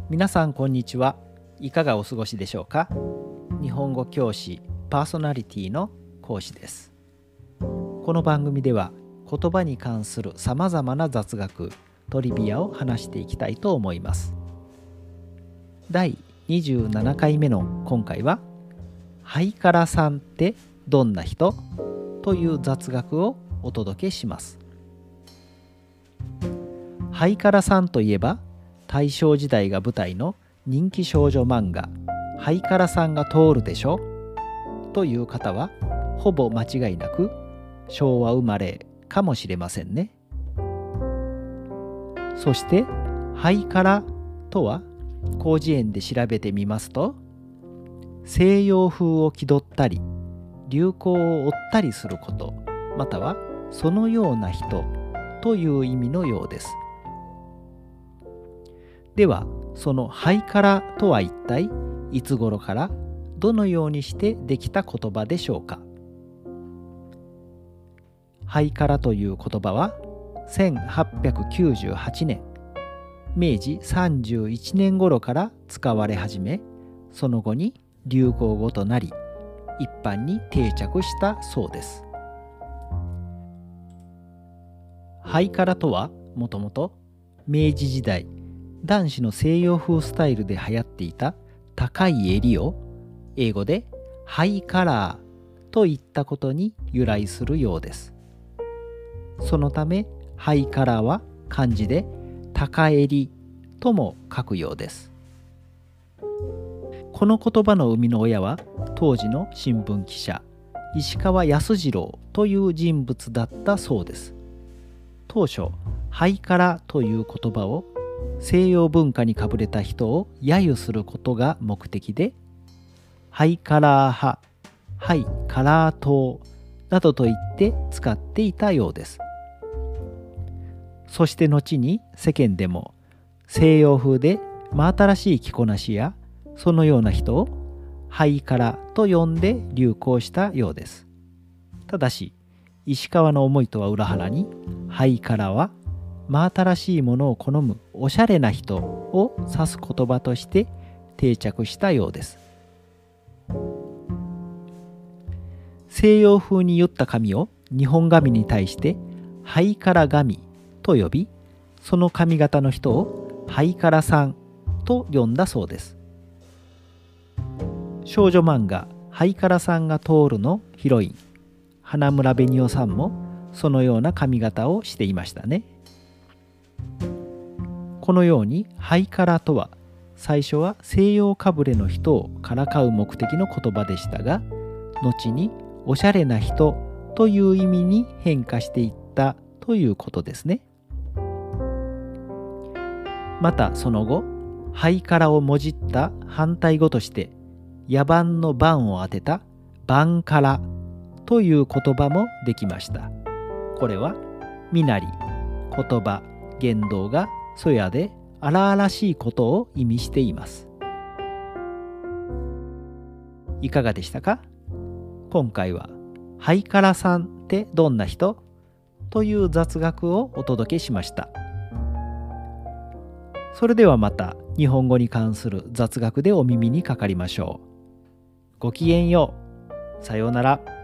皆さんこんにちは。いかがお過ごしでしょうか。日本語教師パーソナリティの講師です。この番組では言葉に関するさまざまな雑学、トリビアを話していきたいと思います。第27回目の今回は、ハイカラさんってどんな人という雑学をお届けします。ハイカラさんといえば、大正時代が舞台の人気少女漫画「ハイカラさんが通るでしょ」という方はほぼ間違いなく昭和生まれかもしれませんね。そしてハイカラとは広辞苑で調べてみますと、西洋風を気取ったり流行を追ったりすること、またはそのような人という意味のようです。ではそのハイカラとは一体いつ頃からどのようにしてできた言葉でしょうか。ハイカラという言葉は1898年明治31年頃から使われ始め、その後に流行語となり一般に定着したそうです。ハイカラとはもともと明治時代男子の西洋風スタイルで流行っていた高い襟を英語でハイカラーといったことに由来するようです。そのためハイカラーは漢字で高襟とも書くようです。この言葉の生みの親は当時の新聞記者石川安次郎という人物だったそうです。当初ハイカラという言葉を西洋文化にかぶれた人を揶揄することが目的で、ハイカラー派、ハイカラー党などと言って使っていたようです。そして後に世間でも西洋風で真新しい着こなしやそのような人をハイカラと呼んで流行したようです。ただし石川の思いとは裏腹に、ハイカラは真新しいものを好むおしゃれな人を指す言葉として定着したようです。西洋風に言った髪を日本髪に対してハイカラ髪と呼び、その髪型の人をハイカラさんと呼んだそうです。少女漫画ハイカラさんが通るのヒロイン花村紅緒さんもそのような髪型をしていましたね。このようにハイカラとは最初は西洋かぶれの人をからかう目的の言葉でしたが、後におしゃれな人という意味に変化していったということですね。またその後ハイカラをもじった反対語として野蛮の蛮を当てたバンカラという言葉もできました。これは身なり、言葉、言動がそやで荒々しいことを意味しています。いかがでしたか。今回はハイカラさんってどんな人という雑学をお届けしました。それではまた日本語に関する雑学でお耳にかかりましょう。ごきげんよう。さようなら。